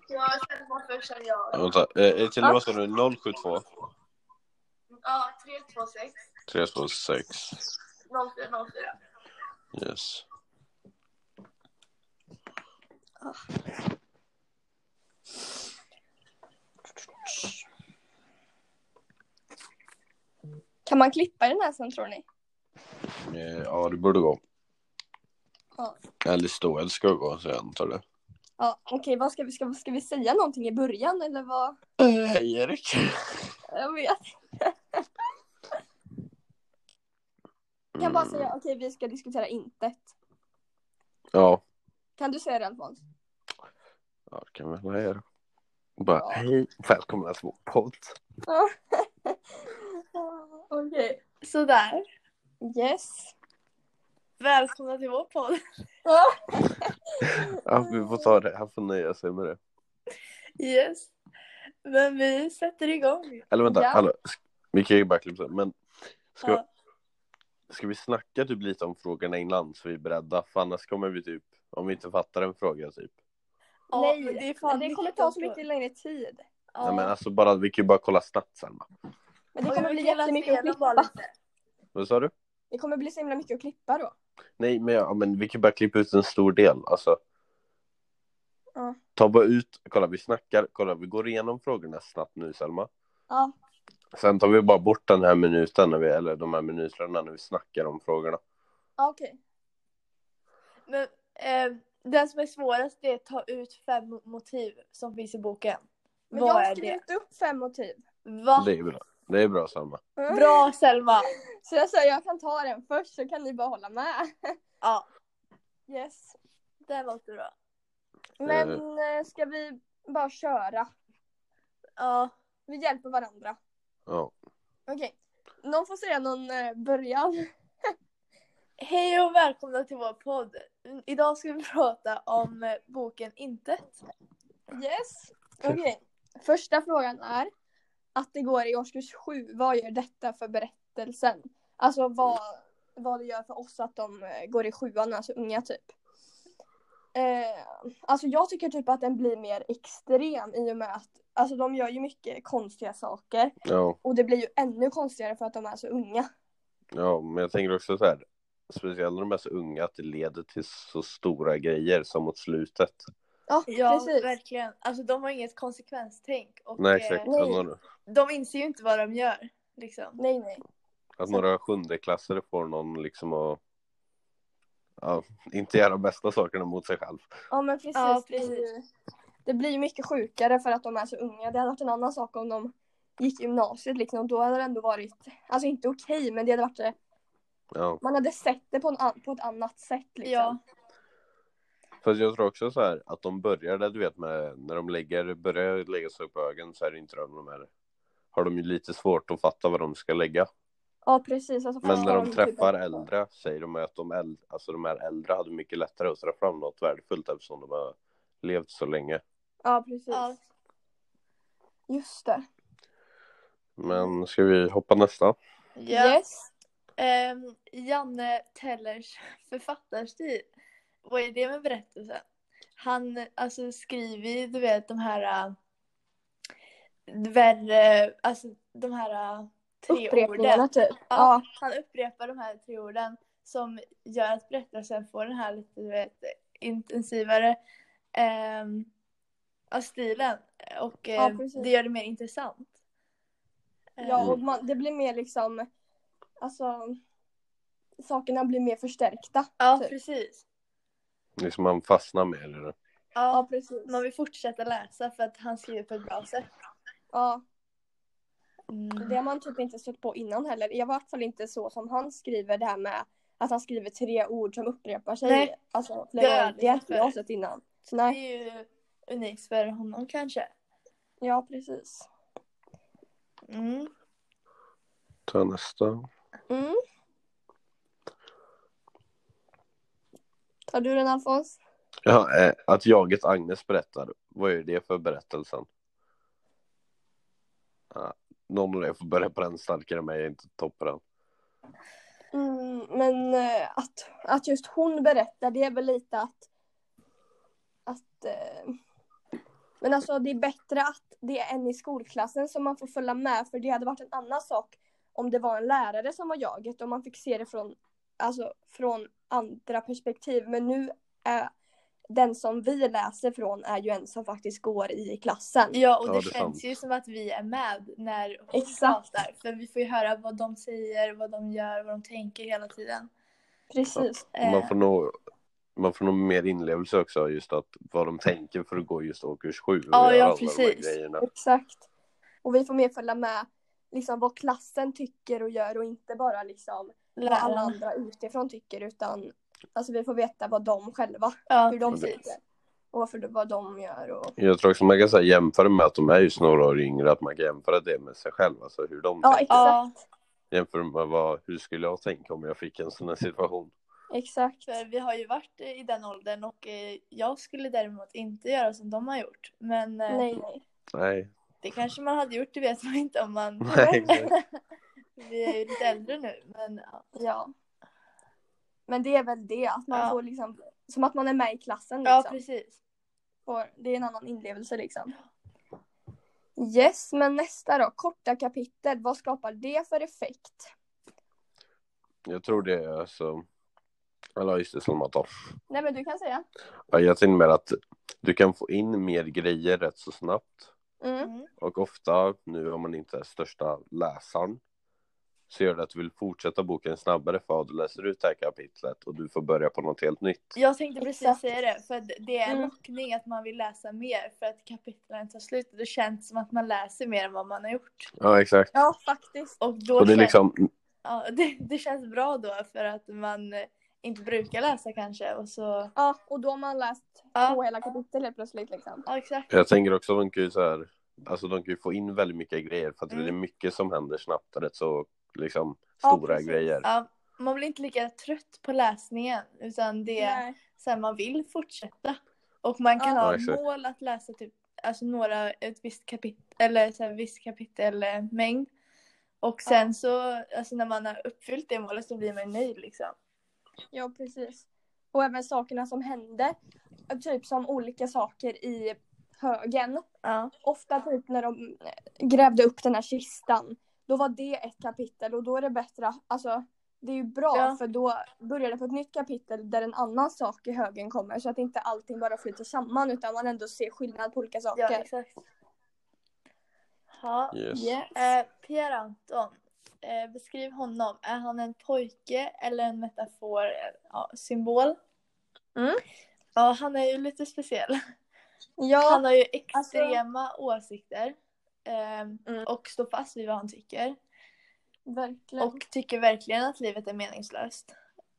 Jag ställer på först sen jag. Vänta, till vad sa du? 072? Ja, 326. 326. 0404. Yes. Kan man klippa den här sen, tror ni? Ja, det borde gå. Ja. Eller stå, eller ska gå, så jag antar det. Ja, okej. Vad ska vi säga någonting i början, eller vad? Hej, Erik. Jag vet. Jag kan bara säga, okej, vi ska diskutera intet. Ja. Kan du säga det, Alfons? Ja, det kan väl göra. Bara, Ja. hej, välkomna till vår podd. Ja. Okej. Sådär. Yes. Välkomna till vår podd. Ja, vi får ta det. Han får nöja sig med det. Yes. Men vi sätter igång. Eller vänta, Ja. hallå. Vi kan ju bara klippa. Men Ja. ska vi snacka typ lite om frågorna innan så vi är beredda? För annars kommer vi typ, om vi inte fattar en fråga typ. Ja, Nej, men det är kommer ta så mycket längre tid. Ja, men alltså bara, vi kan ju bara kolla snabbt sen. Men det Och kommer vi bli kan läsa jättemycket att igenom bara klippa. lite. Vad sa du? Det kommer bli så himla mycket att klippa då. Nej, men, ja, men vi kan bara klippa ut en stor del. Alltså, Ja. ta bara ut, kolla vi snackar, kolla vi går igenom frågorna snabbt nu, Selma. Ja. Sen tar vi bara bort den här minuten eller de här minuterna när vi snackar om frågorna. Ja, okej. Men den som är svårast är att ta ut 5 motiv som finns i boken. Men Vad jag är har skrivit upp 5 motiv. Va? Det är bra, Selma. Bra, Selma. Så jag säger jag kan ta den först så kan ni bara hålla med. Ja, Yes. det låter bra. Men ska vi bara köra? Ja. Vi hjälper varandra. Ja. Okej. Någon får säga någon början. Hej och välkomna till vår podd. Idag ska vi prata om boken Intet. Yes. Okej. Första frågan är att det går i årskurs 7. Vad gör detta för berättelsen? Alltså vad det gör för oss att de går i 7:an, alltså unga typ. Alltså jag tycker typ att den blir mer extrem i och med att alltså de gör ju mycket konstiga saker. Ja. Och det blir ju ännu konstigare för att de är så unga. Ja, men jag tänker också så här, speciellt när de är så unga, att det leder till så stora grejer som mot slutet. Ja, precis. Verkligen. Alltså de har inget konsekvenstänk. Och, Nej, exakt. nej. de inser ju inte vad de gör. Liksom. Nej. Att några sjundeklassare får någon liksom att inte göra de bästa sakerna mot sig själv. Ja, men precis. Ja, Det blir ju mycket sjukare för att de är så unga. Det hade varit en annan sak om de gick i gymnasiet liksom. Då hade det ändå varit, alltså inte okej, men det hade varit man hade sett det på ett annat sätt liksom. Ja. Fast jag tror också så här att de börjar, du vet, med när de börjar lägga sig på ögonen så är det inte har de ju lite svårt att fatta vad de ska lägga. Ja, precis. Alltså, men när de typ träffar äldre säger de att de här äldre hade mycket lättare att dra fram något värdefullt eftersom de har levt så länge. Ja, precis. Ja. Just det. Men ska vi hoppa nästa? Ja. Yes. Janne Tellers författarstil. Vad är det med berättelsen? Han alltså skriver ju, du vet, de här de här 3 orden. Typ. Ja, han upprepar de här 3 orden som gör att berättelsen får den här lite, du vet, intensivare stilen. Och det gör det mer intressant. Ja, och det blir mer liksom, alltså sakerna blir mer förstärkta. Ja, typ. precis. Liksom man fastnar med eller? Ja, precis. Man vill fortsätta läsa för att han skriver på ett bra sätt. Ja. Det har man typ inte stött på innan heller. I vart fall inte så som han skriver, det här med att han skriver 3 ord som upprepar sig. Nej. Alltså flera gånger. Det har inte jag sett innan. Så nej. Det är ju unikt för honom kanske. Ja, precis. Ta nästa. Tar du den, Alfons? Ja, att jaget Agnes berättar. Vad är det för berättelsen? Någon av er får börja på den starkare, men jag är inte topp på den. Men att just hon berättar, det är väl lite att Men alltså det är bättre att det är en i skolklassen som man får följa med. För det hade varit en annan sak om det var en lärare som var jaget. Och man fick se det från andra perspektiv. Men nu är den som vi läser från är ju en som faktiskt går i klassen. Ja, och det det är känns sant. ju som att vi är med när hon Exakt. pratar. För vi får ju höra vad de säger, vad de gör, vad de tänker hela tiden. Precis. Man får nog mer inlevelse också, just att vad de tänker för att gå just årskurs 7 och Ja, göra alla precis. de här grejerna. Exakt. Och vi får mer följa med liksom vad klassen tycker och gör och inte bara liksom vad alla andra utifrån tycker, utan alltså vi får veta vad de själva, hur de tycker och vad de gör. Och... Jag tror också man kan säga jämföra med att de är just några år yngre, att man kan jämföra det med sig själv, alltså hur de tänker. Exakt. Jämför med hur skulle jag tänka om jag fick en sån här situation. Exakt. För vi har ju varit i den åldern och jag skulle däremot inte göra som de har gjort. Men Nej. det kanske man hade gjort, det vet man inte om man... Nej. Vi är ju lite äldre nu, men ja. Men det är väl det, att man får liksom, som att man är med i klassen liksom. Ja, precis. Det är en annan inlevelse liksom. Yes, men nästa då, korta kapitel, vad skapar det för effekt? Jag tror det är så... Eller just det, som att ta. Nej, men du kan säga. Ja, jag tänker mer att du kan få in mer grejer rätt så snabbt. Och ofta, nu om man inte är största läsaren, så gör det att du vill fortsätta boken snabbare för att du läser ut det här kapitlet och du får börja på något helt nytt. Jag tänkte precis säga det, för det är en lockning att man vill läsa mer för att kapitlen tar slut och det känns som att man läser mer än vad man har gjort. Ja, exakt. Ja, faktiskt. Och då det är liksom... det känns bra då för att man inte brukar läsa kanske och så... Ja, och då har man läst 2 hela kapitel helt plötsligt liksom. Ja, exakt. Jag tänker också att de kan ju så här... Alltså de kan ju få in väldigt mycket grejer för att det är mycket som händer snabbt, rätt så liksom stora grejer. Ja, man blir inte lika trött på läsningen, utan det är så här, man vill fortsätta. Och man kan ha mål att läsa typ alltså ett visst kapitel eller så här, viss kapitelmängd. Och sen så alltså när man har uppfyllt det målet så blir man nöjd liksom. Ja, precis. Och även sakerna som hände, typ som olika saker i högen. Ofta typ när de grävde upp den här kistan, då var det ett kapitel och då är det bättre, alltså det är ju bra för då börjar det på ett nytt kapitel där en annan sak i högen kommer, så att inte allting bara flyter samman utan man ändå ser skillnad på olika saker. Ja, exakt. Ja. Yes. Pierre Anton, beskriv honom. Är han en pojke eller en metafor, symbol? Ja, han är ju lite speciell. Ja, han har ju extrema åsikter och står fast vid vad han tycker. Verkligen. Och tycker verkligen att livet är meningslöst.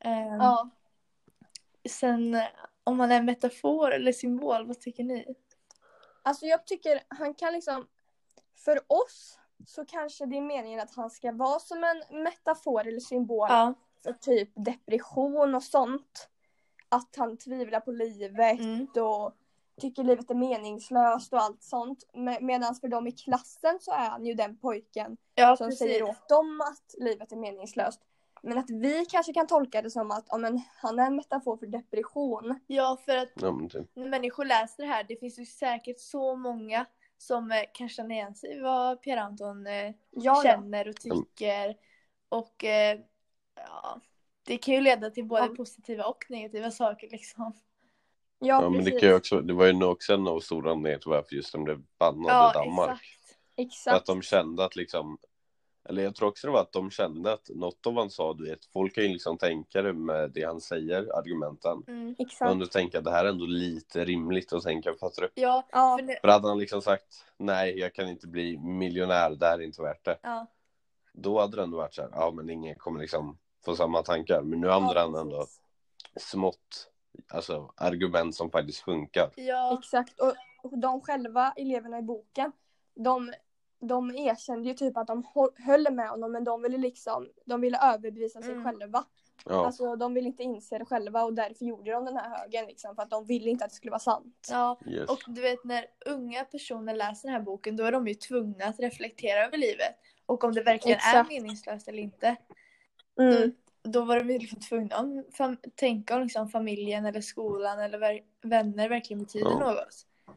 Sen om han är en metafor eller symbol, vad tycker ni? Alltså jag tycker han kan liksom, för oss så kanske det är meningen att han ska vara som en metafor eller symbol för typ depression och sånt. Att han tvivlar på livet och tycker livet är meningslöst och allt sånt. Medan för dem i klassen så är han ju den pojken som säger åt dem att livet är meningslöst. Men att vi kanske kan tolka det som att han är en metafor för depression. Ja, för att när människor läser det här, det finns ju säkert så många som kan känna igen sig vad Pierre Anton känner och tycker. Och det kan ju leda till både positiva och negativa saker liksom. Ja, men det kan ju också, det var ju också en av stora anledningar till varför just de blev bannade i Danmark. Exakt. För att de kände att liksom, eller jag tror också det var att de kände att något av han sa, du vet, folk kan ju liksom tänka det med det han säger, argumenten. Exakt. Men du tänker att det här är ändå lite rimligt och sen kan fatta upp. Ja. För hade han liksom sagt, nej jag kan inte bli miljonär, det här är inte värt det. Då hade det ändå varit så här, men ingen kommer liksom få samma tankar. Men nu använder han ändå smått, alltså argument som faktiskt funkar. Ja. Exakt, och de själva, eleverna i boken, de erkände ju typ att de höll med honom, men de ville överbevisa sig själva. Ja. Alltså de ville inte inse det själva och därför gjorde de den här högen liksom, för att de ville inte att det skulle vara sant. Ja, och du vet när unga personer läser den här boken, då är de ju tvungna att reflektera över livet. Och om det verkligen är meningslöst eller inte. Då var de liksom tvungna att tänka om liksom familjen eller skolan eller vänner verkligen betyder något.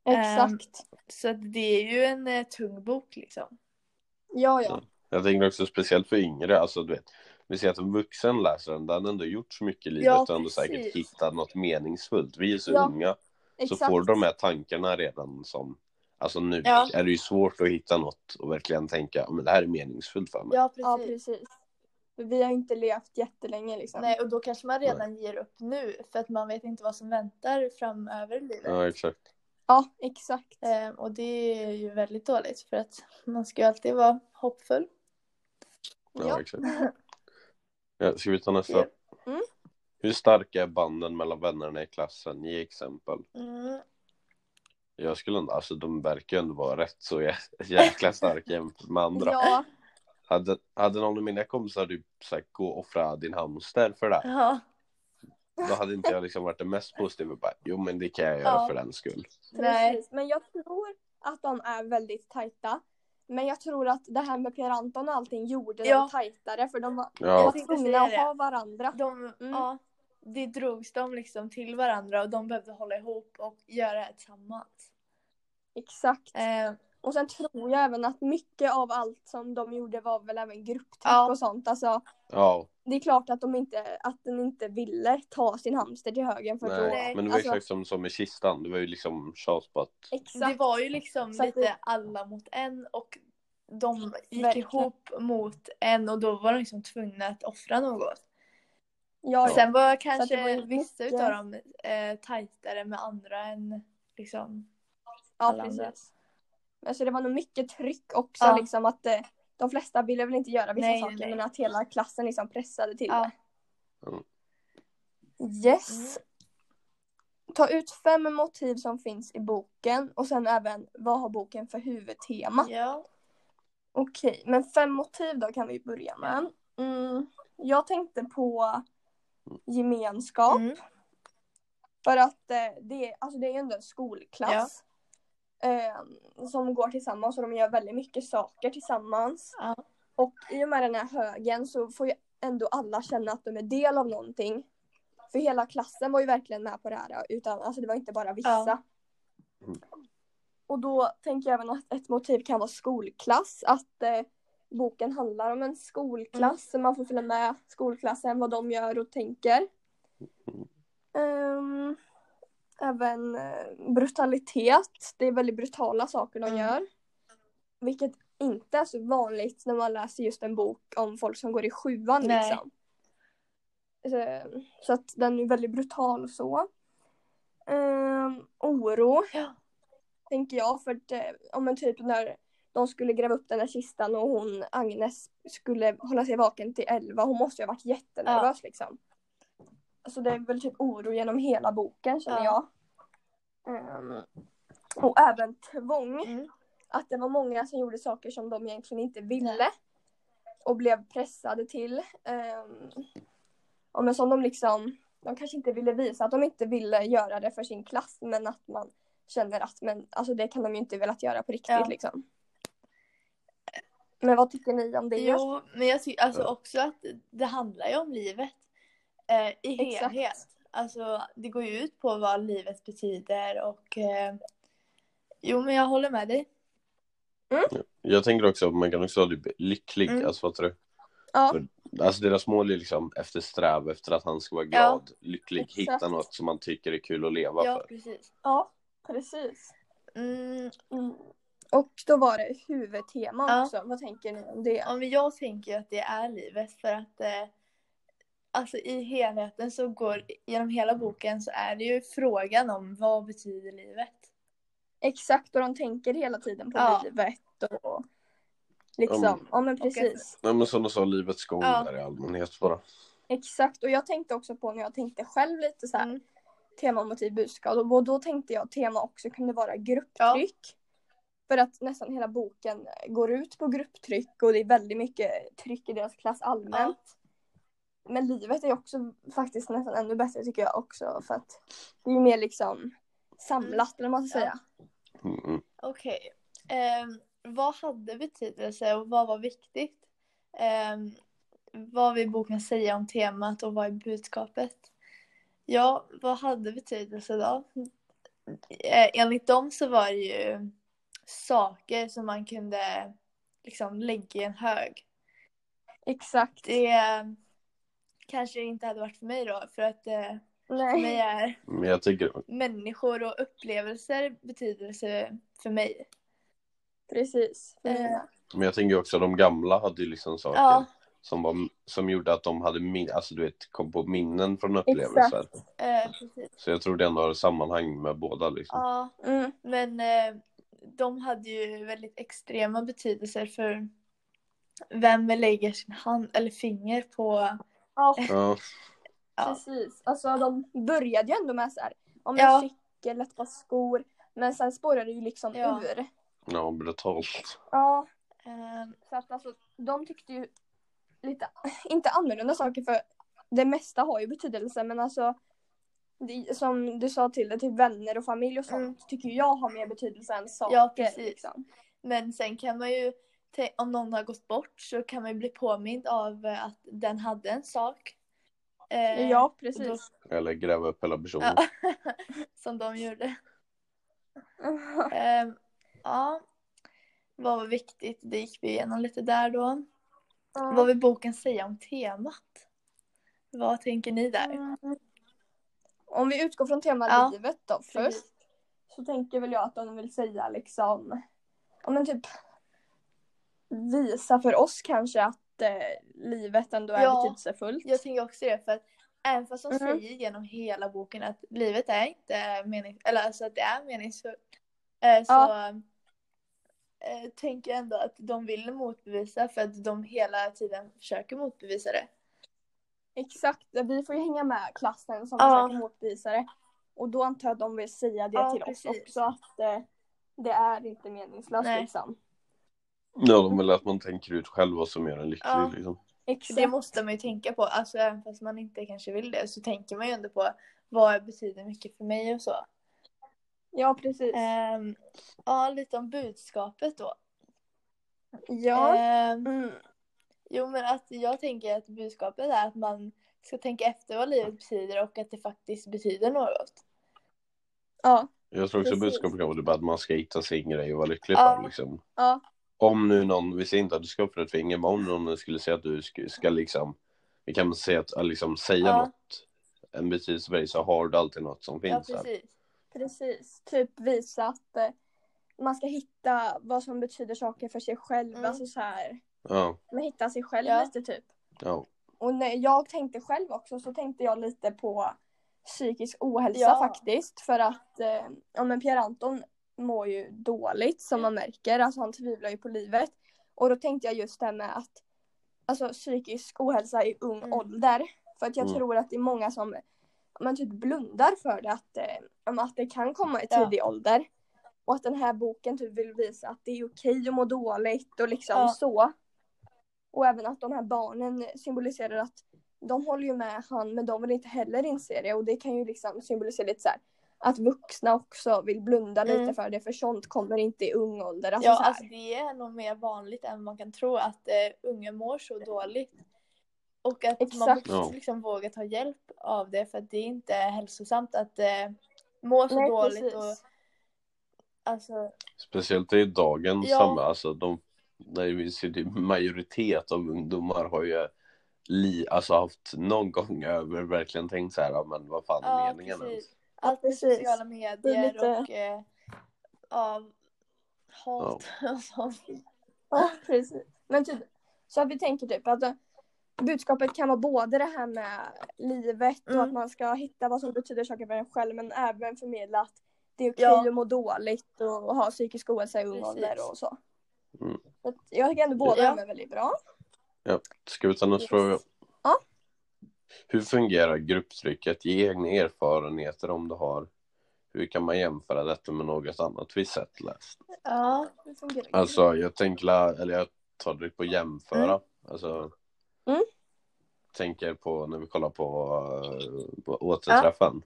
Exakt. Så det är ju en tung bok liksom. Ja. Jag tänker också speciellt för yngre, alltså du vet, vi ser att en vuxen läser den har ändå gjort så mycket i livet och ändå säkert hittat något meningsfullt. Vi är så unga, så får de här tankarna redan som, alltså nu är det ju svårt att hitta något och verkligen tänka, men det här är meningsfullt för mig. Ja, precis. Vi har inte levt jättelänge liksom. Nej, och då kanske man redan ger upp nu, för att man vet inte vad som väntar framöver i livet. Ja, exakt. Ja, exakt. Och det är ju väldigt dåligt, för att man ska ju alltid vara hoppfull. Ja, exakt. Ska vi ta nästa? Hur starka är banden mellan vännerna i klassen? Ge exempel. Jag skulle ändå, alltså de verkar ju ändå vara rätt så jäkla starka jämfört med andra. Ja. Hade någon av mina kompisar typ sagt gå och offra din hamster för det. Ja. Då hade inte jag liksom varit det mest positiva. Bara, jo, men det kan jag göra för den skull. Precis, men jag tror att de är väldigt tajta. Men jag tror att det här med Per Anton och allting gjorde dem tajtare. För de var tvungna att ha varandra. Det drogs de liksom till varandra och de behövde hålla ihop och göra det tillsammans. Exakt. Och sen tror jag även att mycket av allt som de gjorde var väl även grupptryck och sånt. Alltså, det är klart att den inte ville ta sin hamster till högen. För men det var exakt som med kistan. Det var ju liksom tjat på att... Exakt. Det var ju liksom lite alla mot en och de gick ihop mot en och då var de liksom tvungna att offra något. Ja. Sen var kanske vissa utav dem tajtare med andra än liksom alla andra. Alltså det var nog mycket tryck också liksom att de flesta ville väl inte göra vissa saker men att hela klassen liksom pressade till det. Yes. Ta ut 5 motiv som finns i boken och sen även vad har boken för huvudtema. Okej, men 5 motiv då kan vi börja med. Jag tänkte på gemenskap. För att det är ju ändå en skolklass som går tillsammans och de gör väldigt mycket saker tillsammans. Och i och med den här högen så får ju ändå alla känna att de är del av någonting. För hela klassen var ju verkligen med på det här. Utan, alltså det var inte bara vissa. Och då tänker jag även att ett motiv kan vara skolklass. Att boken handlar om en skolklass. Så man får följa med skolklassen, vad de gör och tänker. Även brutalitet. Det är väldigt brutala saker de gör. Vilket inte är så vanligt när man läser just en bok om folk som går i 7:an liksom. Så att den är väldigt brutal och så. Oro. Tänker jag. För att, om en typ när de skulle gräva upp den här kistan och Agnes skulle hålla sig vaken till 11. Hon måste ju ha varit jättenervös liksom. Så det är väl typ oro genom hela boken känner jag. Och även tvång. Att det var många som gjorde saker som de egentligen inte ville. Och blev pressade till. Men som de kanske inte ville visa att de inte ville göra det för sin klass. Men att man känner att alltså det kan de ju inte velat göra på riktigt liksom. Men vad tycker ni om det? Jo, men jag tycker alltså också att det handlar ju om livet. I helhet. Alltså det går ju ut på vad livet betyder och men jag håller med dig. Jag tänker också att man kan också bli lycklig, alltså fattar du? Alltså deras mål är liksom eftersträva efter att han ska vara glad, lycklig, hitta något som man tycker är kul att leva för. Precis. Ja, precis. Och då var det huvudtema också. Vad tänker ni om det? Ja, men jag tänker att det är livet för att alltså i helheten så går genom hela boken så är det ju frågan om vad betyder livet. Exakt, och de tänker hela tiden på livet och liksom, men precis. Men som du sa, livets gång där i allmänhet bara. Exakt, och jag tänkte också på när jag tänkte själv lite så här tema, motiv, budskap och då tänkte jag att tema också kunde vara grupptryck. För att nästan hela boken går ut på grupptryck och det är väldigt mycket tryck i deras klass allmänt. Men livet är också faktiskt nästan ännu bättre tycker jag också. För att det är mer liksom samlat eller man ska säga. Okej. Vad hade betydelse och vad var viktigt? Vad vill boken säga om temat och vad är budskapet? Ja, vad hade betydelse då? enligt dem så var det ju saker som man kunde liksom lägga i en hög. Exakt. Det kanske inte hade varit för mig då, för att för mig är men jag tycker... människor och upplevelser betydelse för mig. Precis. Men jag tänker också att de gamla hade ju liksom saker som gjorde att de hade alltså du vet, kom på minnen från upplevelser. Precis. Så jag tror det ändå har sammanhang med båda liksom. Ja, men de hade ju väldigt extrema betydelser för vem lägger sin hand eller finger på. Ja. Precis. Alltså de började ju ändå med så här, om en cykel, ett par skor, men sen spårade det ju liksom ur. Ja, brutalt. Ja. Så att alltså, de tyckte ju lite, inte annorlunda saker, för det mesta har ju betydelse, men alltså det, som du sa till det, typ vänner och familj och sånt, tycker jag har mer betydelse än saker. Ja, precis. Liksom. Men sen kan man ju, om någon har gått bort så kan man ju bli påmind av att den hade en sak. Ja, precis. Eller gräva upp hela personen. Som de gjorde. Vad var viktigt? Det gick vi igenom lite där då. Vad vill boken säga om temat? Vad tänker ni där? Om vi utgår från temat livet då först. Så tänker väl jag att de vill säga liksom, men typ visa för oss kanske att livet ändå är betydelsefullt. Jag tänker också det, för att även fast de säger genom hela boken att livet är inte eller alltså att det är meningsfullt, så tänker jag ändå att de vill motbevisa, för att de hela tiden försöker motbevisa det. Exakt, vi får ju hänga med klassen som försöker motbevisa det. Och då antar jag att de vill säga det till oss också, att det är inte meningslöst liksom. Ja, de vill att man tänker ut själv vad som gör en lycklig liksom. Exakt. Det måste man ju tänka på, alltså även fast man inte kanske vill det, så tänker man ju ändå på vad betyder mycket för mig och så. Ja, precis. Lite om budskapet då. Ja. Jo, men att jag tänker att budskapet är att man ska tänka efter vad livet betyder och att det faktiskt betyder något. Ja. Jag tror också budskapet kan vara att man ska hitta sin grej och vara lycklig för liksom. Ja. Om nu någon, vi säger inte att du ska upp för ett finger, men om någon skulle säga att du ska liksom, vi kan säga att liksom säga något, en betydelse för dig, så har du alltid något som finns här. Precis. Typ visa att man ska hitta vad som betyder saker för sig själv. Alltså så här. Man hittar sig själv lite typ. Ja. Och när jag tänkte själv också, så tänkte jag lite på psykisk ohälsa faktiskt. För att Pierre Anton mår ju dåligt, som man märker. Alltså han tvivlar ju på livet. Och då tänkte jag just det med att alltså psykisk ohälsa i ung ålder. För att jag tror att det är många som man typ blundar för det, att det kan komma i tidig ålder. Och att den här boken typ vill visa att det är okej att må dåligt och liksom så. Och även att de här barnen symboliserar att de håller ju med han, men de vill inte heller inse det. Och det kan ju liksom symbolisera lite så här, att vuxna också vill blunda lite för det, för sånt kommer inte i ung ålder. Alltså, alltså det är nog mer vanligt än man kan tro att unga mår så dåligt. Och att man måste liksom våga ta hjälp av det, för att det är inte hälsosamt att må så dåligt. Precis. Och alltså, speciellt i dagens samhälle, alltså vi ser det, majoritet av ungdomar har ju alltså haft någon gång över verkligen tänkt så här, men vad fan är meningen ens? Allt med sociala medier och hat och sånt. Ja, precis. Men typ, så att vi tänker typ att budskapet kan vara både det här med livet och att man ska hitta vad som betyder saker för en själv, men även förmedla att det är okej att må dåligt och ha psykisk ohälsa i ung ålder och så. Så jag tycker ändå båda är väldigt bra. Ja, ska vi ta nästa fråga? Ja. Hur fungerar grupptrycket? Ge egna erfarenheter om du har. Hur kan man jämföra detta med något annat vi sett läst? Ja, hur fungerar det? Alltså jag tar det på jämföra. Alltså tänker på när vi kollar på återträffen.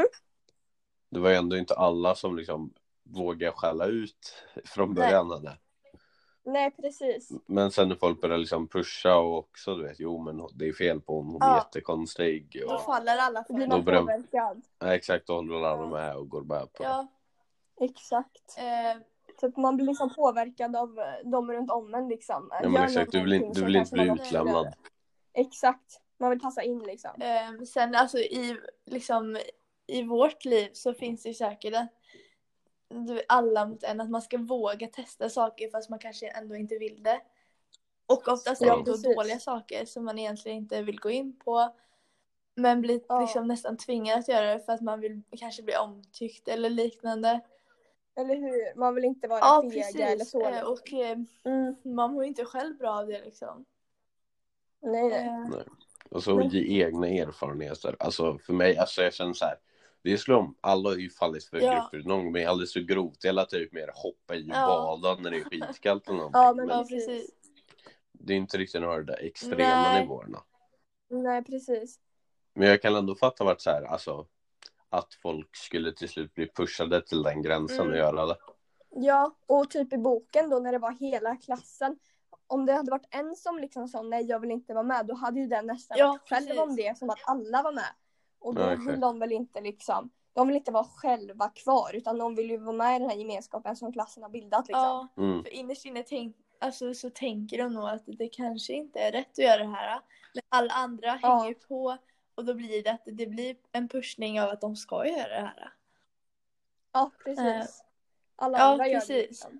Det var ju ändå inte alla som liksom vågade skälla ut från början. Nej, precis. Men sen när folk börjar liksom pusha och också, du vet, jo men det är fel på hon är jättekonstig. Och då faller alla för. Blir man påverkad. Ja, exakt, då håller alla med och går med på det. Exakt. Så att man blir liksom påverkad av dem runt om en liksom. Ja, men exakt, du vill inte bli utlämnad. Exakt, man vill passa in liksom. Sen alltså i vårt liv så finns det ju säkert alla mot en, att man ska våga testa saker fast man kanske ändå inte vill det. Och oftast är det då dåliga saker som man egentligen inte vill gå in på. Men blir liksom nästan tvingad att göra det för att man vill kanske bli omtyckt eller liknande. Eller hur? Man vill inte vara fega eller så. Och man mår inte själv bra av det liksom. Nej. Och så ge egna erfarenheter. Alltså för mig, alltså jag känner så här. Det är slum. Alla har ju fallit för grupper. Någon gång är alldeles så grovt. Eller typ mer hoppa i och bada när det är skitkallt eller någonting. Ja, men precis. Det är inte riktigt några där extrema nivåerna. Nej, precis. Men jag kan ändå fatta vart så här, alltså att folk skulle till slut bli pushade till den gränsen och göra det. Ja, och typ i boken då när det var hela klassen. Om det hade varit en som liksom sa nej, jag vill inte vara med, då hade ju den nästan varit själv om det som att alla var med. Och då vill de väl inte liksom, de vill inte vara själva kvar, utan de vill ju vara med i den här gemenskapen som klassen har bildat liksom. Ja, för innerst inne så tänker de nog att det kanske inte är rätt att göra det här. Men alla andra hänger på, och då blir det att det blir en pushning av att de ska göra det här. Ja, precis. Alla andra gör det liksom.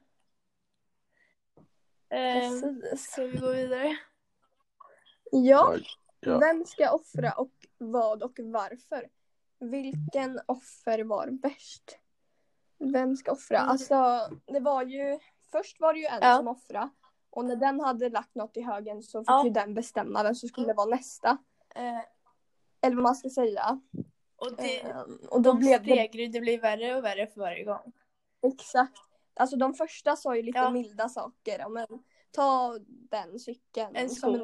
Så vi går vidare. Ja. Vem ska offra och vad och varför? Vilken offer var värst? Vem ska offra? Alltså, det var ju... Först var det ju en som offra. Och när den hade lagt något i högen så fick ju den bestämma vem som skulle vara nästa. Eller vad man ska säga. Och då blev det blir värre och värre för varje gång. Exakt. Alltså de första sa ju lite milda saker. Men ta den cykeln. En sko.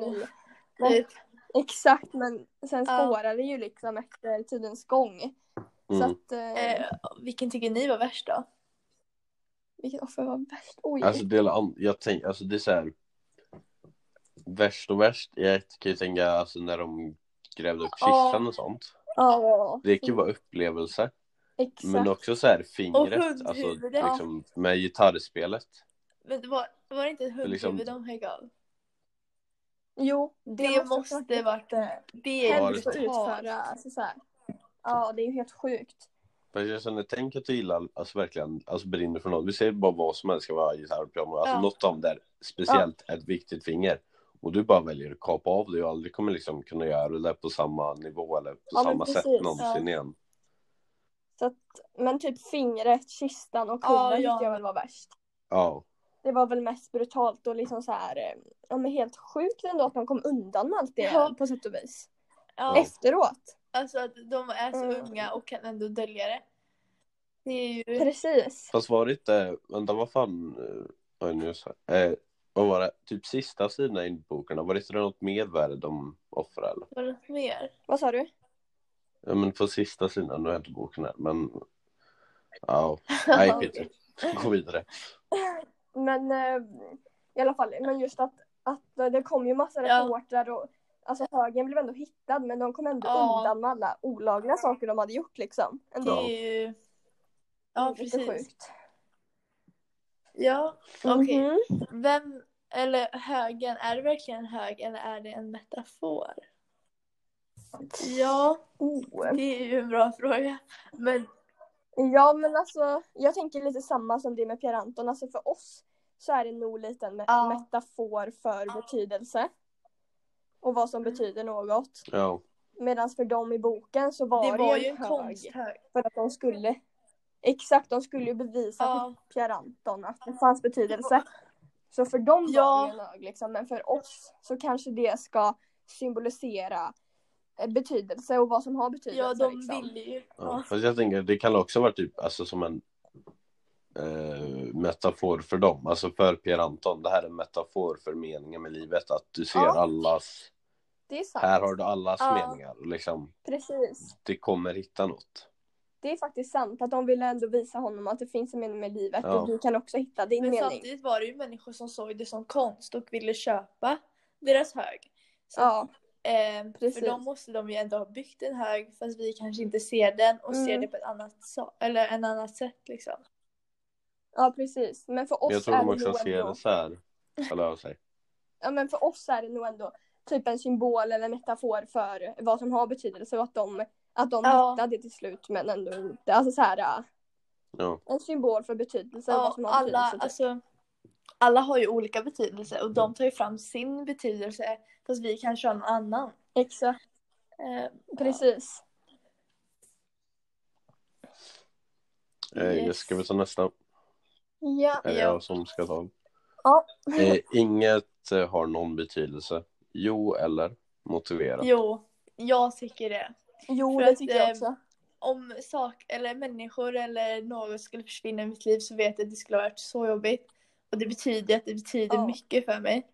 Exakt, men sen spårar det ju liksom efter tidens gång. Så att, vilken tycker ni var värst då? Vilken offer var värst? Oj. Alltså det är så här, värst och värst. Jag kan ju tänka alltså, när de grävde upp kistan och sånt. Det kan ju vara upplevelse. Exakt. Men också så här fingret, alltså liksom med gitarrspelet. Men det var det inte ett hundhuvud de högg av? Jo, det måste varit det är att utföra alltså så här. Ja, det är ju helt sjukt. Men jag känner, tänk att du gillar alltså verkligen, alltså brinner för något. Vi säger bara vad som helst ska vara gitarr och piano. Alltså något av det speciellt ett viktigt finger. Och du bara väljer att kapa av det och aldrig kommer liksom kunna göra det på samma nivå eller på samma sätt någonsin igen. Så att, men typ fingret, kistan och huvudet tyckte jag väl var värst. Ja. Det var väl mest brutalt och liksom så här, men helt sjukt ändå att man kom undan med allt det på sätt och vis. Ja. Efteråt. Alltså att de är så unga och kan ändå dölja det. Det är ju... Precis. Fast var det inte, vänta vad fan, vad var det, typ sista sidan i boken, var det inte något medvärde de offrade eller? Var det något mer? Vad sa du? Ja men på sista sidan, nu är inte boken här, men nej Peter, gå vidare. Men i alla fall, men just att det kom ju massa reportrar och alltså högen blev ändå hittad, men de kom ändå undan med alla olagliga saker de hade gjort liksom. Ändå. Det är ju... Ja, precis. Sjukt. Ja, okej. Vem, eller högen, är det verkligen en hög eller är det en metafor? Ja, det är ju en bra fråga. Men... Ja, men alltså, jag tänker lite samma som det med Pierre Anton. Alltså för oss så är det nog lite en metafor för betydelse. Och vad som betyder något. Ja. Medan för dem i boken så var det ju en konsthög. För att de skulle... Exakt, de skulle ju bevisa för Pierre Anton att det fanns betydelse. Så för dem var det en hög liksom. Men för oss så kanske det ska symbolisera betydelse och vad som har betydelse. Ja, de liksom. vill ju. Ja. Fast jag tänker, det kan också vara typ alltså som en metafor för dem. Alltså för Pierre Anton, det här är en metafor för meningen med livet. Att du ser allas... Det är sant. Här har du allas meningar. Liksom, precis. det kommer hitta något. det är faktiskt sant att de ville ändå visa honom att det finns en mening med livet och du kan också hitta din mening. Men samtidigt var det ju människor som såg det som konst och ville köpa deras hög. Så för de måste de ju ändå ha byggt en hög fast vi kanske inte ser den och ser det på ett annat sätt liksom. Ja, precis. Men för oss jag tror de också ser det så här. Ja, men för oss är det nog ändå typ en symbol eller en metafor för vad som har betydelse och att de hittade det till slut men ändå inte. Alltså så här, en symbol för betydelse och vad som har betydelse. Alltså, alla har ju olika betydelse och de tar ju fram sin betydelse fast vi kanske har en annan. Exakt. Precis. Jag ska väl ta nästa. Ja. Är det jag som ska ta? Ja. Inget har någon betydelse. Jo eller motivera. Jo, jag tycker det. Jo, för det tycker jag också. Om eller människor eller något skulle försvinna i mitt liv så vet jag att det skulle ha varit så jobbigt. Och det betyder mycket för mig.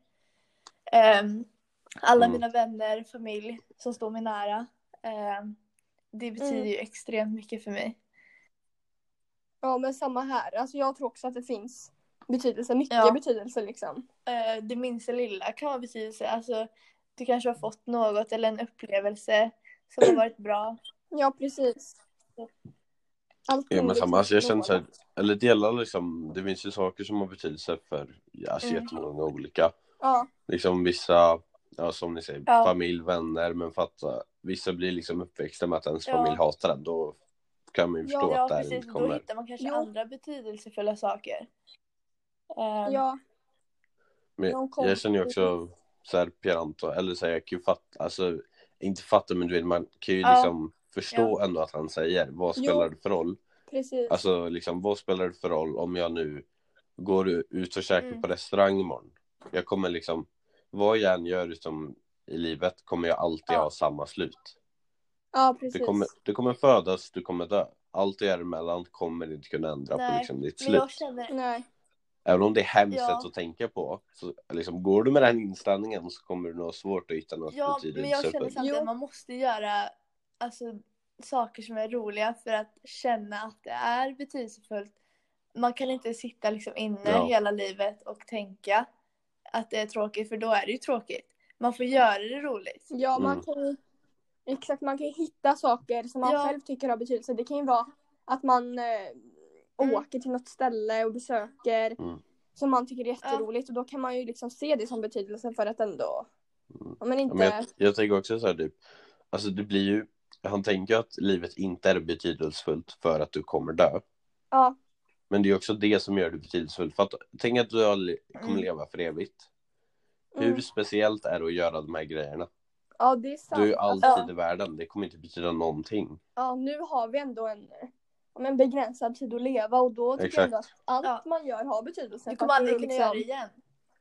Alla mina vänner, familj som står mig nära. Det betyder ju extremt mycket för mig. Ja, men samma här. Alltså jag tror också att det finns betydelse. Mycket betydelse liksom. Det minsta lilla kan ha betydelse. Alltså du kanske har fått något eller en upplevelse som har varit bra. Ja, precis. Ja, men samma. Alltså jag känner så här, eller delar liksom, det finns ju saker som har betydelse för jättemånga olika. Ja. Liksom vissa, som ni säger, familj, vänner, men för att vissa blir liksom uppväxta med att ens familj hatar den, då kan man ju förstå att det här inte kommer. Då hittar man kanske andra betydelsefulla saker. Men jag känner ju också så här Pieranto, eller så här, jag kan ju fatta, alltså inte fatta, men du vet, man kan ju liksom förstå ändå att han säger, vad spelar det för roll? Precis. Alltså liksom, vad spelar det för roll om jag nu går ut och käkar på restaurang imorgon? Jag kommer liksom, vad jag än gör utom i livet kommer jag alltid ha samma slut. Ja, precis. Du kommer födas, du kommer dö. Allt du gör emellan kommer inte kunna ändra på liksom ditt slut. Jag känner... Även om det är hemskt att tänka på, så liksom, går du med den inställningen så kommer du nog svårt att hitta något betydelse. Men jag känner samtidigt att man måste göra saker som är roliga för att känna att det är betydelsefullt. Man kan inte sitta liksom inne hela livet och tänka att det är tråkigt, för då är det ju tråkigt. Man får göra det roligt. Ja, man kan ju hitta saker som man själv tycker har betydelse. Det kan ju vara att man åker till något ställe och besöker som man tycker är jätteroligt. Och då kan man ju liksom se det som betydelse för att ändå... Men inte... men jag tänker också så här typ, alltså det blir ju, han tänker att livet inte är betydelsefullt för att du kommer dö. Ja. Men det är också det som gör det betydelsefullt. För att, tänk att du kommer leva för evigt. Hur speciellt är det att göra de här grejerna? Ja, det är sant. Du är ju alltid i världen. Det kommer inte betyda någonting. Ja, nu har vi ändå en begränsad tid att leva. Och då tycker jag ändå att allt man gör har betydelse. Du kommer aldrig kunna göra det igen.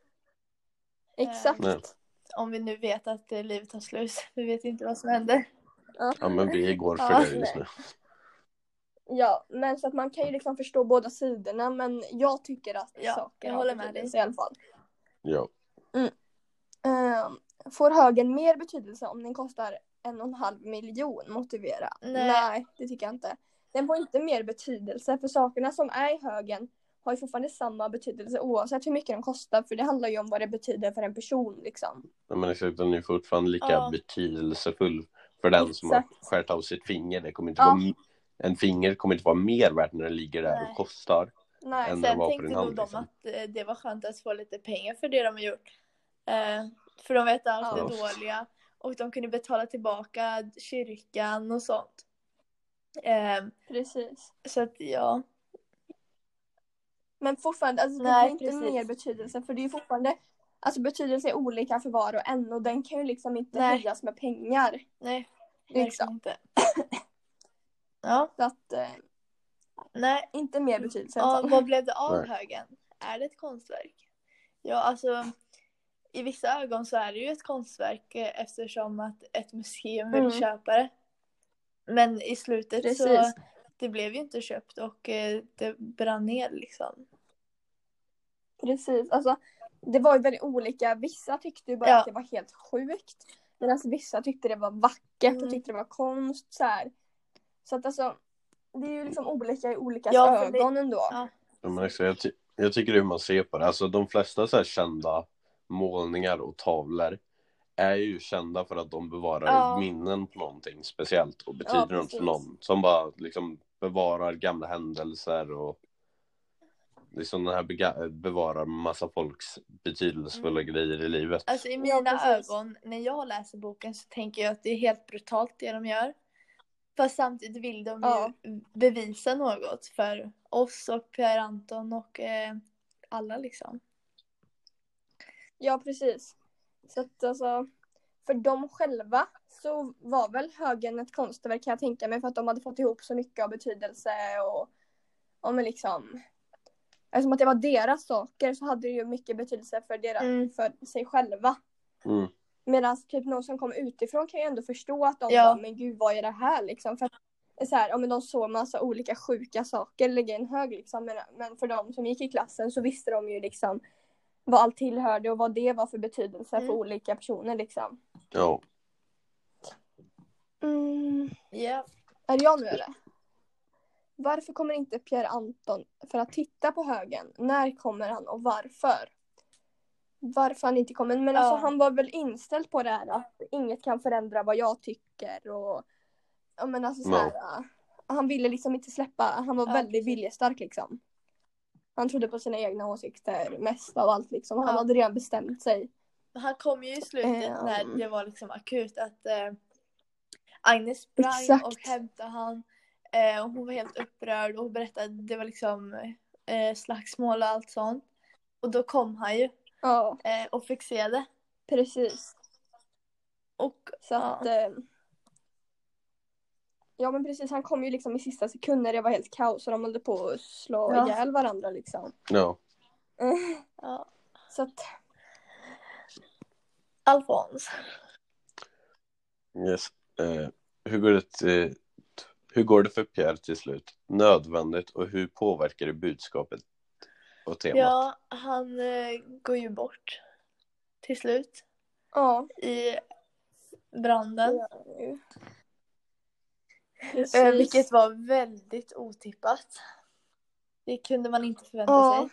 Exakt. Om vi nu vet att livet tar slut. Vi vet inte vad som händer. Ja, men vi går för det just nu. Ja, men så att man kan ju liksom förstå båda sidorna. Men jag tycker att saker håller med dig i alla fall. Ja. Får högen mer betydelse om den kostar 1,5 miljon? Motivera. Nej, det tycker jag inte. Den får inte mer betydelse, för sakerna som är i högen har ju fortfarande samma betydelse oavsett hur mycket de kostar, för det handlar ju om vad det betyder för en person liksom. Ja, men exakt, den är fortfarande lika betydelsefull för den som har skärt av sitt finger. Det kommer inte vara, en finger kommer inte vara mer värt när den ligger där och kostar. Nej. Än sen var tänkte nog de att det var skönt att få lite pengar för det de har gjort. För de vet allt är dåliga. Och de kunde betala tillbaka kyrkan och sånt. Precis. Så att Men fortfarande, alltså, det är inte mer betydelse. För det är fortfarande, alltså betydelse är olika för var och en. Och den kan ju liksom inte höjas med pengar. Nej, liksom inte. Så att, inte mer betydelse. Vad blev det av högen? Är det ett konstverk? Ja, alltså i vissa ögon så är det ju ett konstverk eftersom att ett museum vill köpa det. Men i slutet så det blev ju inte köpt och det brann ner liksom. Precis, alltså det var ju väldigt olika. Vissa tyckte ju bara att det var helt sjukt. Medan vissa tyckte det var vackert och tyckte det var konst så här. Så att alltså det är ju liksom olika i olika ögon ändå. Ja. Men jag tycker hur man ser på det. Alltså de flesta så här kända målningar och tavlor är ju kända för att de bevarar minnen på någonting speciellt och betyder något för någon. Som bara liksom bevarar gamla händelser och liksom den här bevarar massa folks betydelsefulla grejer i livet. Alltså i mina ögon, när jag läser boken så tänker jag att det är helt brutalt det de gör. Fast samtidigt vill de ju bevisa något för oss och Per Anton och alla liksom. Ja, precis. Så att alltså, för dem själva så var väl Högen ett konstverk, kan jag tänka mig, för att de hade fått ihop så mycket av betydelse och men liksom, eftersom att det var deras saker så hade det ju mycket betydelse för sig själva. Medan typ någon som kom utifrån kan ju ändå förstå att de bara, men gud, vad är det här liksom? För att så här, men de såg massa olika sjuka saker ligga i en hög liksom, men för de som gick i klassen så visste de ju liksom vad allt tillhörde och vad det var för betydelse för olika personer liksom. Ja. Är jag nu eller? Varför kommer inte Pierre Anton för att titta på Högen? När kommer han och varför? Varför han inte kommer? Men alltså han var väl inställd på det här att inget kan förändra vad jag tycker och men alltså så här, han ville liksom inte släppa, han var väldigt viljestark liksom. Han trodde på sina egna åsikter mest av allt liksom. Han hade redan bestämt sig. Han kom ju i slutet när det var liksom akut att Agnes sprang och hämtade han. Och hon var helt upprörd och berättade att det var liksom slagsmål och allt sånt. Och då kom han ju och fick se det. Precis. Och så att ja men precis, han kom ju liksom i sista sekunder, det var helt kaos och de höll på att slå ihjäl varandra liksom. Ja. Så att Alfons. Yes. Hur går det för Pierre till slut? Nödvändigt, och hur påverkar det budskapet och temat? Ja, han går ju bort till slut. I branden. Vilket var väldigt otippat. Det kunde man inte förvänta sig.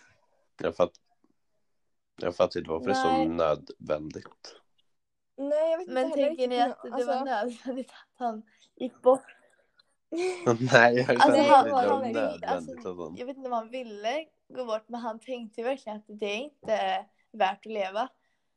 Jag fattar inte varför det är så nödvändigt. Nej, jag vet inte. Men tänker ni att det var nödvändigt att han gick bort? Nej, jag vet inte om han ville gå bort, men han tänkte verkligen att det är inte värt att leva.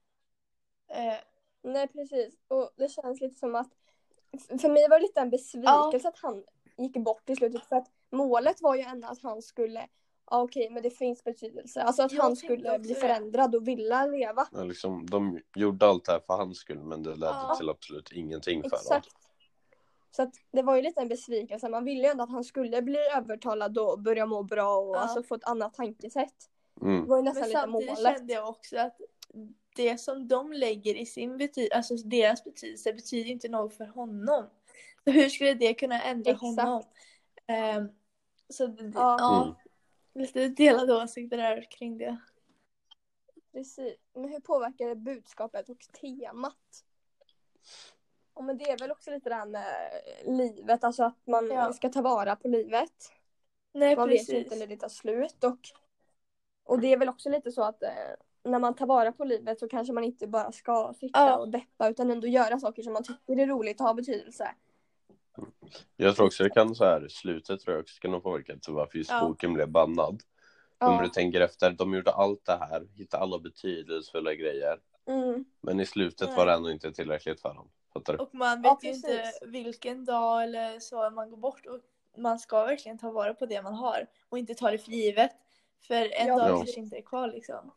Nej, precis. Och det känns lite som att för mig var det lite en besvikelse att han gick bort i slutet, för att målet var ju ändå att han skulle men det finns betydelse. Alltså att han skulle bli förändrad och vilja leva. Ja, liksom, de gjorde allt det här för hans skull, men det ledde till absolut ingenting för dem. Så att det var ju lite en besvikelse. Man ville ju ändå att han skulle bli övertalad och börja må bra och alltså få ett annat tankesätt. Det var ju nästan lite målet. Men samtidigt kände jag också att det som de lägger i sin betydelse, alltså deras betydelse, betyder inte något för honom. Så hur skulle det kunna ändra honom? Så lite delade åsikter där kring det. Precis. Men hur påverkar det budskapet och temat? Men det är väl också lite det här med livet. Alltså att man ska ta vara på livet. Nej, man vet ju inte när det tar slut. Och det är väl också lite så att när man tar vara på livet så kanske man inte bara ska sitta och deppa, utan ändå göra saker som man tycker är roligt och har betydelse. Jag tror också det kan så här, slutet tror jag också kan påverka till varför just boken blev bannad. Om du tänker efter, de gjorde allt det här, hittade alla betydelsefulla grejer. Men i slutet var det ändå inte tillräckligt för dem. Och man vet ju inte vilken dag eller så man går bort, och man ska verkligen ta vara på det man har och inte ta det för givet. För en dag kanske inte är kvar liksom.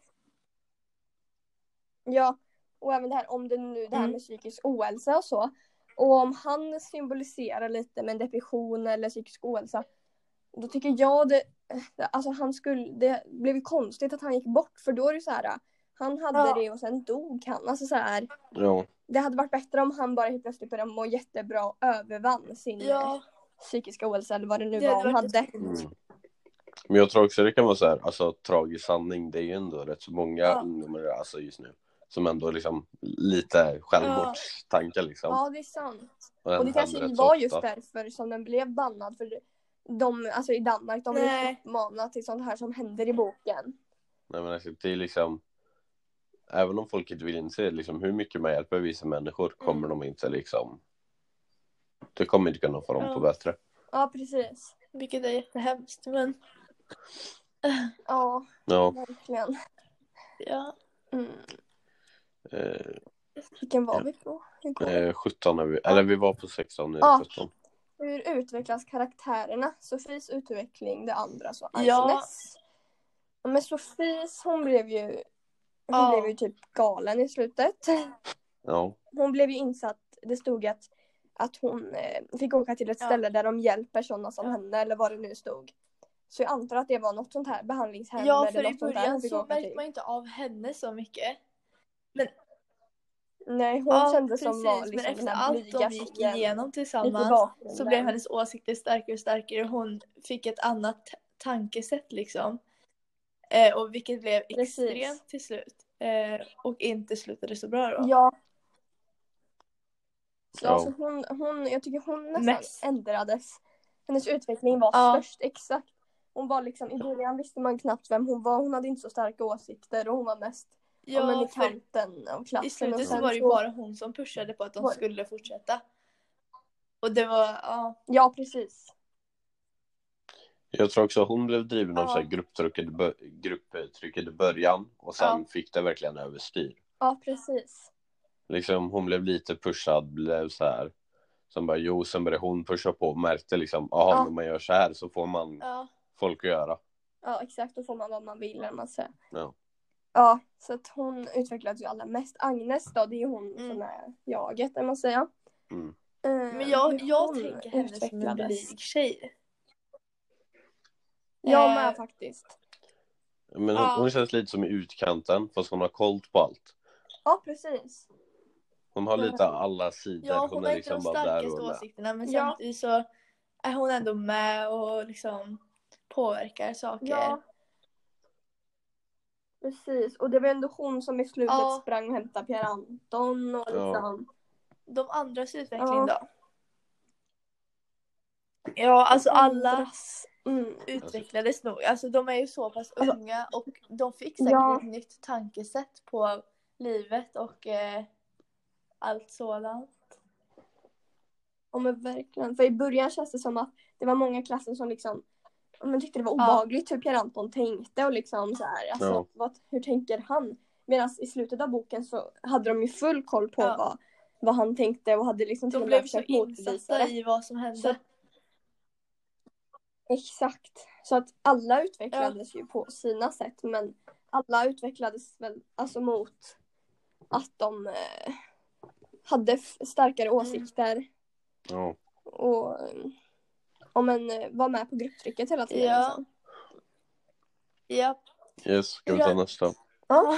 Ja, och även det här om det här med psykisk ohälsa och så. Och om han symboliserar lite med en depression eller psykisk ohälsa, då tycker jag det blev ju konstigt att han gick bort, för då är det så här, han hade det och sen dog han. Alltså så här, det hade varit bättre om han bara helt plötsligt började må jättebra och övervann sin psykiska ohälsa eller vad det nu var han hade. Men jag tror också det kan vara så här, alltså tragisk sanning, det är ju ändå rätt så många ungdomar alltså just nu som ändå liksom lite självmordstankar liksom. Ja, det är sant. Och det kanske var just därför som den blev bannad, för alltså i Danmark, de är inte uppmanade till sånt här som händer i boken. Nej, men alltså, det är liksom, även om folk inte vill inse liksom, hur mycket man hjälper vissa människor, kommer de inte liksom, det kommer inte kunna få dem på bättre. Ja, precis. Vilket är jättehemskt, men ja, verkligen. Ja. Vilken var vi på? 17 är vi, eller vi var på 16, nu är det 17. Hur utvecklas karaktärerna? Sofies utveckling, det andra så Agnes. Men Sofies, hon blev ju typ galen i slutet. Ja. Hon blev ju insatt, det stod att hon fick åka till ett ställe där de hjälper sådana som henne, eller vad det nu stod. Så jag antar att det var något sånt här behandlingshem. Ja, för i början så märkte man inte av henne så mycket. Men nej, hon kände som var liksom, men efter allt de gick igenom tillsammans så blev hennes åsikter starkare och starkare. Hon fick ett annat tankesätt liksom. Och vilket blev extremt till slut. Och inte slutade så bra då. Ja. Så alltså jag tycker hon nästan ändrades. Hennes utveckling var störst, exakt. Hon var liksom, i början visste man knappt vem hon var. Hon hade inte så starka åsikter och hon var mest i kanten av klassen. I slutet så var det ju bara hon som pushade på att de skulle fortsätta. Och det var, ja, precis. Jag tror också hon blev driven av så här grupptrycket i början. Och sen fick det verkligen överstyr. Ja, precis. Liksom hon blev lite pushad, blev så här. Sen bara, sen började hon pusha på och märkte liksom, när man gör så här så får man folk att göra. Ja, exakt, då får man vad man vill, när man säger. Ja. Ja, så att hon utvecklades ju allra mest. Agnes då, det är ju hon som är jaget, kan man säga. Men jag tänker henne som en blyg tjej. Jag med faktiskt. Men hon känns lite som i utkanten, fast hon har koll på allt. Ja, precis. Hon har lite alla sidor. Ja, hon är liksom inte de starkaste åsikterna, men samtidigt så är hon ändå med och liksom påverkar saker. Ja. Precis, och det var ändå hon som i slutet sprang och hämtade Pierre Anton och liksom. De andras utveckling då? Ja, alltså alla utvecklades nog. Alltså de är ju så pass unga och de fick säkert ett nytt tankesätt på livet och allt sådant. Ja, men verkligen. För i början känns det som att det var många klasser som liksom tyckte det var obehagligt hur Pierre Anton tänkte och liksom så här, alltså, hur tänker han? Medan i slutet av boken så hade de ju full koll på vad han tänkte och hade liksom de blev så insatta i vad som hände. Så, exakt. Så att alla utvecklades ju på sina sätt, men alla utvecklades väl alltså mot att de hade starkare åsikter. Ja. Och var med på grupptrycket hela tiden. Ja. Liksom. Ja. Yes, ska vi ta nästa? Ja.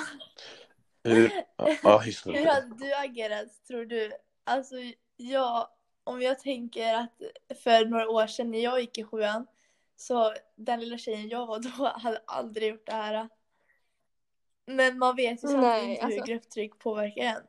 Hur hade du agerat, tror du? Alltså, om jag tänker att för några år sedan när jag gick i 7:an, så den lilla tjejen jag var då hade aldrig gjort det här. Men man vet ju samtidigt inte hur grupptryck påverkar en.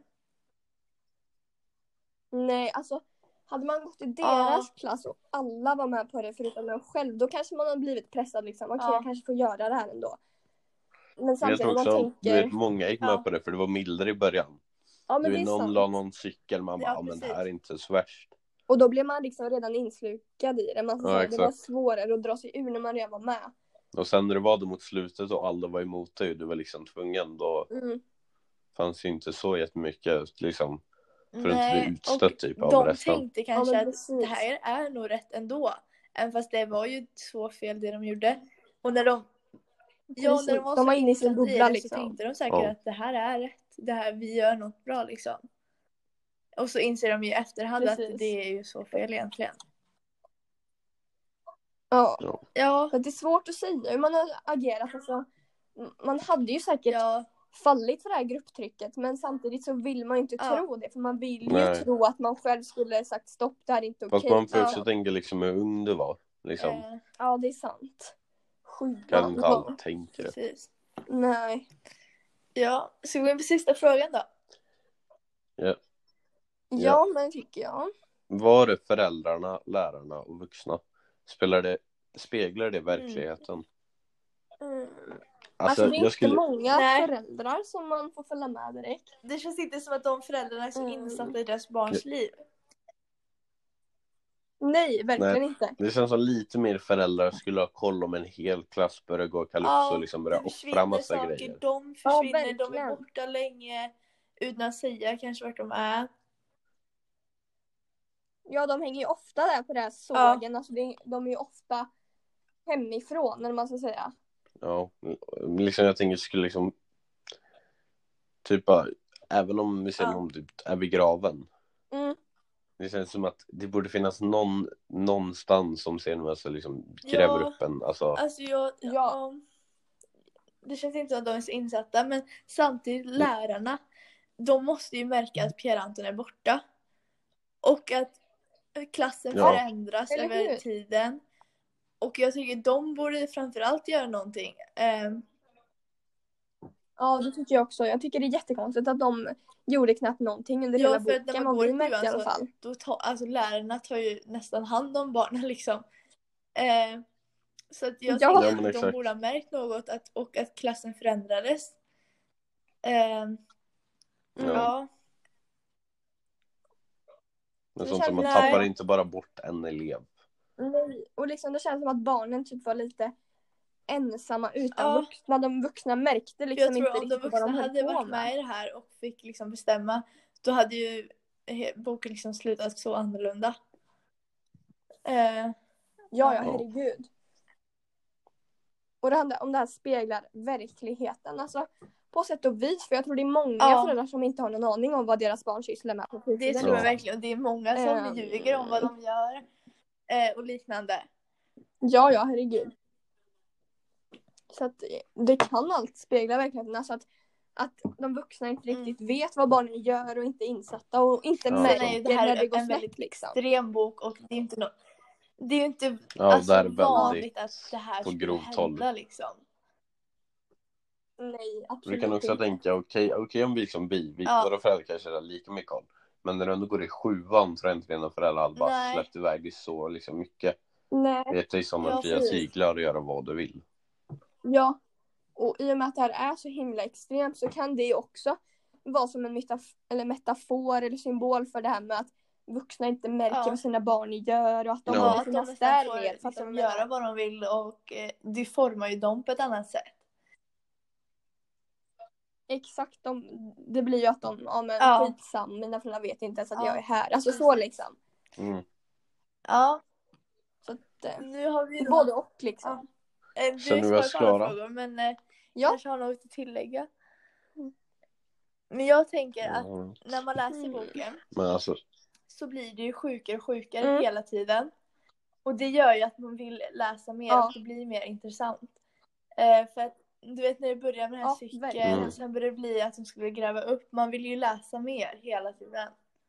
Nej, alltså hade man gått i deras klass och alla var med på det förutom en själv, då kanske man har blivit pressad liksom. Okej, jag kanske får göra det här ändå. Men samtidigt jag tror också, tänker... många gick med på det för det var mildare i början. Ja, men någon la någon cykel, man bara, men det här är inte så värst. Och då blev man liksom redan inslukad i det. Det var svårare att dra sig ur när man redan var med. Och sen när det var det mot slutet och alla var emot dig och du var liksom tvungen, då fanns ju inte så jättemycket liksom, för att inte bli utstött typ av resten. De tänkte kanske att det här är nog rätt ändå. Även fast det var ju så fel det de gjorde. Och när de var inne i sin bubbla liksom, så tänkte de säkert att det här är rätt. Det här, vi gör något bra liksom. Och så inser de ju i efterhand att det är ju så fel egentligen. Ja. För det är svårt att säga hur man har agerat. Alltså, man hade ju säkert fallit för det här grupptrycket, men samtidigt så vill man ju inte tro det, för man vill ju tro att man själv skulle sagt stopp, det här är inte okej. Fast man får också tänka liksom hur ung du var. Liksom. Ja, det är sant. Kan inte allt tänka det. Precis. Nej. Ja, så vi gå in på sista frågan då. Ja, men tycker jag. Var det föräldrarna, lärarna och vuxna? speglar det verkligheten? Alltså det är inte många föräldrar som man får följa med direkt. Det känns inte som att de föräldrarna är så insatta i deras barns liv. Nej, verkligen inte. Det känns som lite mer föräldrar skulle ha koll om en hel klass börjar gå kalypso och liksom börja offra massa saker, grejer. De försvinner, de är borta länge utan att säga kanske vart de är. Ja, de hänger ju ofta där på det här sågen. Ja. Alltså de är ju ofta hemifrån, eller man ska säga. Ja, liksom jag tänker skulle liksom typ även om vi ser någon typ är vid graven. Det känns som att det borde finnas någonstans som ser nu alltså liksom gräver upp en alltså det känns inte som att de är så insatta, men samtidigt lärarna, de måste ju märka att Pierre Anton är borta och att klassen förändras över tiden. Och jag tycker de borde framförallt göra någonting. Ja, det tycker jag också. Jag tycker det är jättekonstigt att de gjorde knappt någonting under hela boken. När man går i alla fall. Alltså lärarna tar ju nästan hand om barnen liksom. Så att jag tycker att de borde ha märkt något och att klassen förändrades. Ja. Men sånt som man tappar inte bara bort en elev. Nej, och liksom det känns som att barnen typ var lite ensamma utan vuxna. De vuxna märkte liksom inte riktigt vad de höll på med. Jag tror om de vuxna hade varit med i det här och fick liksom bestämma, då hade ju boken liksom slutat så annorlunda. Ja, herregud. Och det handlar om det här speglar verkligheten. Alltså på sätt och vis. För jag tror det är många föräldrar som inte har någon aning om vad deras barn sysslar med på fritiden. Det tror jag verkligen. Och det är många som ljuger om vad de gör. Och liknande. Ja, herregud. Så att det kan allt spegla verkligheten. Alltså att de vuxna inte riktigt vet vad barnen gör och inte är insatta och inte märker det här när det går en snett väldigt liksom. Extrem bok och det är inte något. Det är ju inte vanligt att det här skulle hända liksom. Nej, absolut. Vi kan också tänka okej, om vi liksom våra föräldrar kanske är lika mycket koll. Men när du ändå går i 7:an tror jag inte dina föräldrar hade bara släppt iväg dig så liksom mycket. Nej. Vet dig som en fria tyglar och göra vad du vill. Ja, och i och med att det här är så himla extremt så kan det också vara som en metafor eller symbol för det här med att vuxna inte märker vad sina barn gör och att de att de nästan får liksom göra vad de vill och det formar ju dem på ett annat sätt. Exakt, det blir ju att skitsam, mina föräldrar vet inte ens att jag är här. Alltså så liksom. Ja. Så att, nu har vi både och liksom. Så nu är jag klara. Frågor, men kanske har något att tillägga. Men jag tänker att när man läser boken så blir det ju sjukare och sjukare hela tiden. Och det gör ju att man vill läsa mer och det blir mer intressant. För att du vet när det börjar med den här cykeln och sen börjar det bli att de skulle gräva upp. Man vill ju läsa mer hela tiden.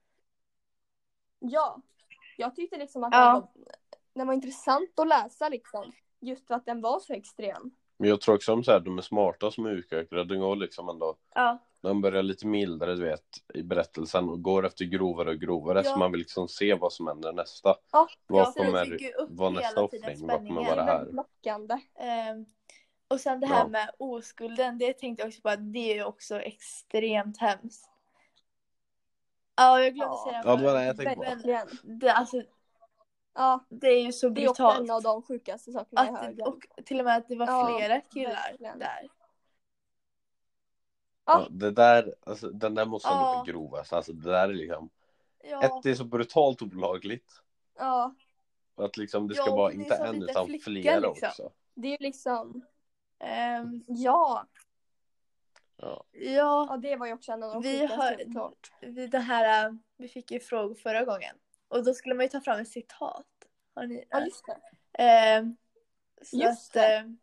Ja, jag tyckte liksom att det var intressant att läsa liksom. Just för att den var så extrem. Men jag tror också om så här, de är smarta som är utökade. De går liksom ändå. De börjar lite mildare, du vet, i berättelsen och går efter grovare och grovare. Så man vill liksom se vad som händer nästa. Vad kommer vara nästa offring? Vad kommer vara det här? Lockande. Och sen det här med oskulden. Det tänkte jag också på att det är också extremt hemskt. Ja, jag glömde säga det. Ja, det var det jag tänkte på. Det, alltså, det är ju så brutalt. Det är också en av de sjukaste sakerna jag hörde. Och till och med att det var flera killar där. Det där, alltså, den där måste ändå begrovas. Alltså det där är liksom det är så brutalt olagligt. Att liksom det ska vara inte en utan flera liksom. Också. Det är ju liksom Ja, det var ju också en av de sjukaste. Vi fick ju frågor förra gången. Och då skulle man ju ta fram ett citat. Har ni? Ja, just det. Just det.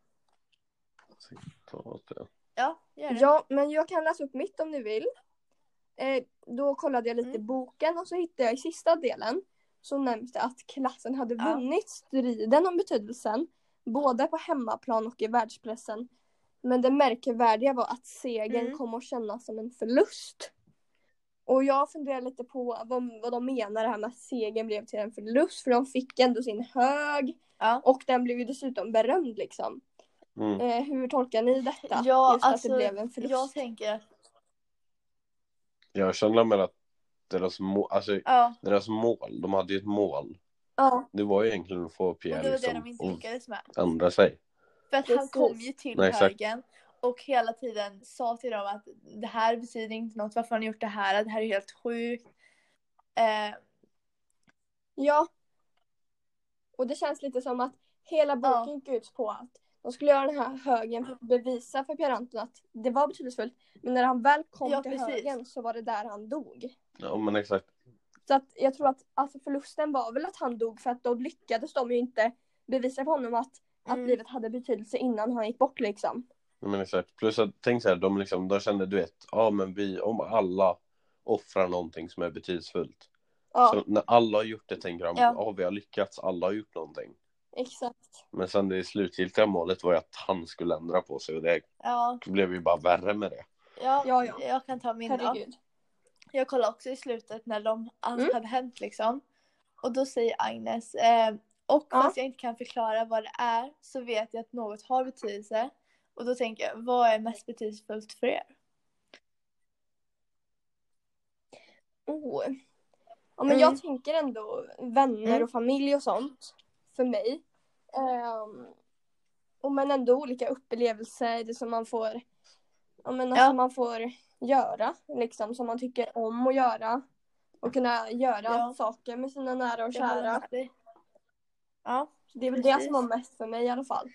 Citat, Ja, men jag kan läsa upp mitt om ni vill. Då kollade jag lite boken och så hittade jag i sista delen så nämns det att klassen hade vunnit striden om betydelsen både på hemmaplan och i världspressen. Men det märkvärdiga var att segern kom att kännas som en förlust. Och jag funderar lite på vad de menar det här med att segern blev till en förlust. För de fick ändå sin hög. Ja. Och den blev ju dessutom berömd liksom. Hur tolkar ni detta? Ja, just alltså, att det blev en förlust. Jag tänker att... Jag känner med att deras mål, de hade ju ett mål. Ja. Det var ju egentligen att få Pierre och det var liksom, det de inte lyckades med. Ändra sig. För att han kom ju till högen och hela tiden sa till dem att det här betyder inte något. Varför har ni gjort det här? Det här är helt sjukt. Ja. Och det känns lite som att hela boken gick ut på att de skulle göra den här högen för att bevisa för Pierre Anton att det var betydelsefullt. Men när han väl kom till högen så var det där han dog. Ja, men exakt. Så att jag tror att alltså förlusten var väl att han dog, för att då lyckades de ju inte bevisa för honom att livet hade betydelse innan han gick bort liksom. Ja, men exakt. Plus att tänk så här, de kände, du vet, men om alla offrar någonting som är betydelsefullt. Ja. Så när alla har gjort det tänker de, vi har lyckats, alla har gjort någonting. Exakt. Men sen det slutgiltiga målet var ju att han skulle ändra på sig, och det blev ju bara värre med det. Ja. Jag kan ta min då. Jag kollade också i slutet när allt hade hänt liksom. Och då säger Agnes, fast jag inte kan förklara vad det är, så vet jag att något har betydelse. Och då tänker jag, vad är mest betydelsefullt för er? Ja, men jag tänker ändå vänner och familj och sånt för mig. Men ändå olika upplevelser, det som man får man får göra liksom, som man tycker om att göra, och kunna göra saker med sina nära och kära. Ja, det är väl det som var mest för mig i alla fall.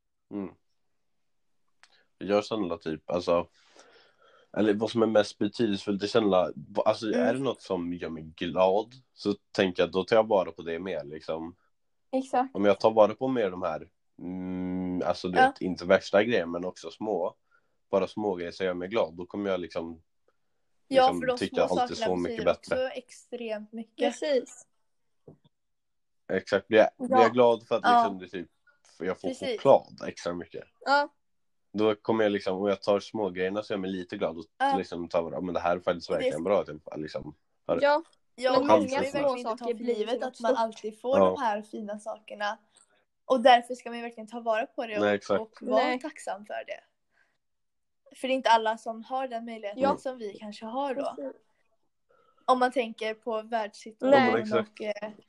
Jag känner typ, alltså, eller vad som är mest betydelsefullt, det känner, alltså är det något som gör mig glad, så tänker jag, då tar jag vara på det mer liksom. Exakt. Om jag tar vara på mer de här alltså du vet, inte värsta grejer, men också bara små grejer som gör mig glad, då kommer jag liksom för de tycka små alltid så mycket bättre. Också extremt mycket. Precis. Exakt, blir jag glad för att liksom det typ, jag får choklad extra mycket. Ja. Då kommer jag liksom, om jag tar små grejerna så är jag mig lite glad och liksom tar, men det här är faktiskt verkligen bra typ, liksom. Ja, men många ska verkligen inte ta för livet att man alltid får de här fina sakerna. Och därför ska man verkligen ta vara på det och vara tacksam för det. För det är inte alla som har den möjligheten som vi kanske har då. Precis. Om man tänker på världssituationen och...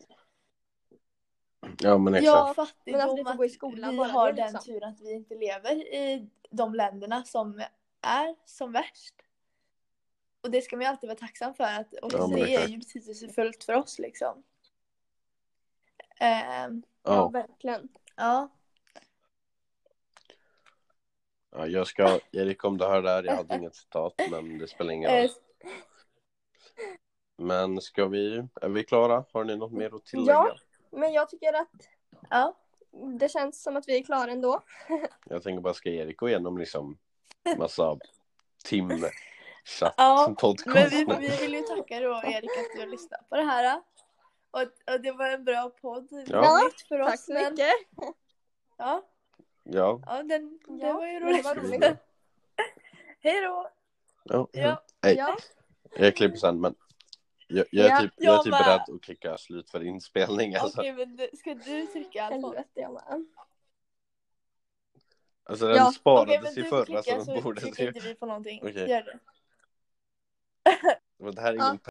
Ja, men exakt. Ja, fattigdom, men alltså, vi går i skolan, vi har den turen att vi inte lever i de länderna som är som värst. Och det ska man ju alltid vara tacksam för. Och det är ju betydelsefullt för oss liksom. Ja, verkligen. Ja. Ja, Erik, om du hör det här, jag hade inget citat, men det spelar ingen roll. Men är vi klara? Har ni något mer att tillägga? Ja, men jag tycker att det känns som att vi är klara ändå. Jag tänker bara, ska Erik gå igenom liksom massa podcast. Men vi vill ju tacka då Erik att du har lyssnat på det här. Och det var en bra podd. Nytt för oss. Tack så mycket. Ja, det var ju roligt. Hej då. Hej. Jag klipper sen, men jag är typ beredd att klicka slut för inspelning. Alltså. Okej, men ska du trycka allt? Alltså den sparades i förra, så den borde trycker inte vi på någonting. Okay. Gör det. Men det här är ingen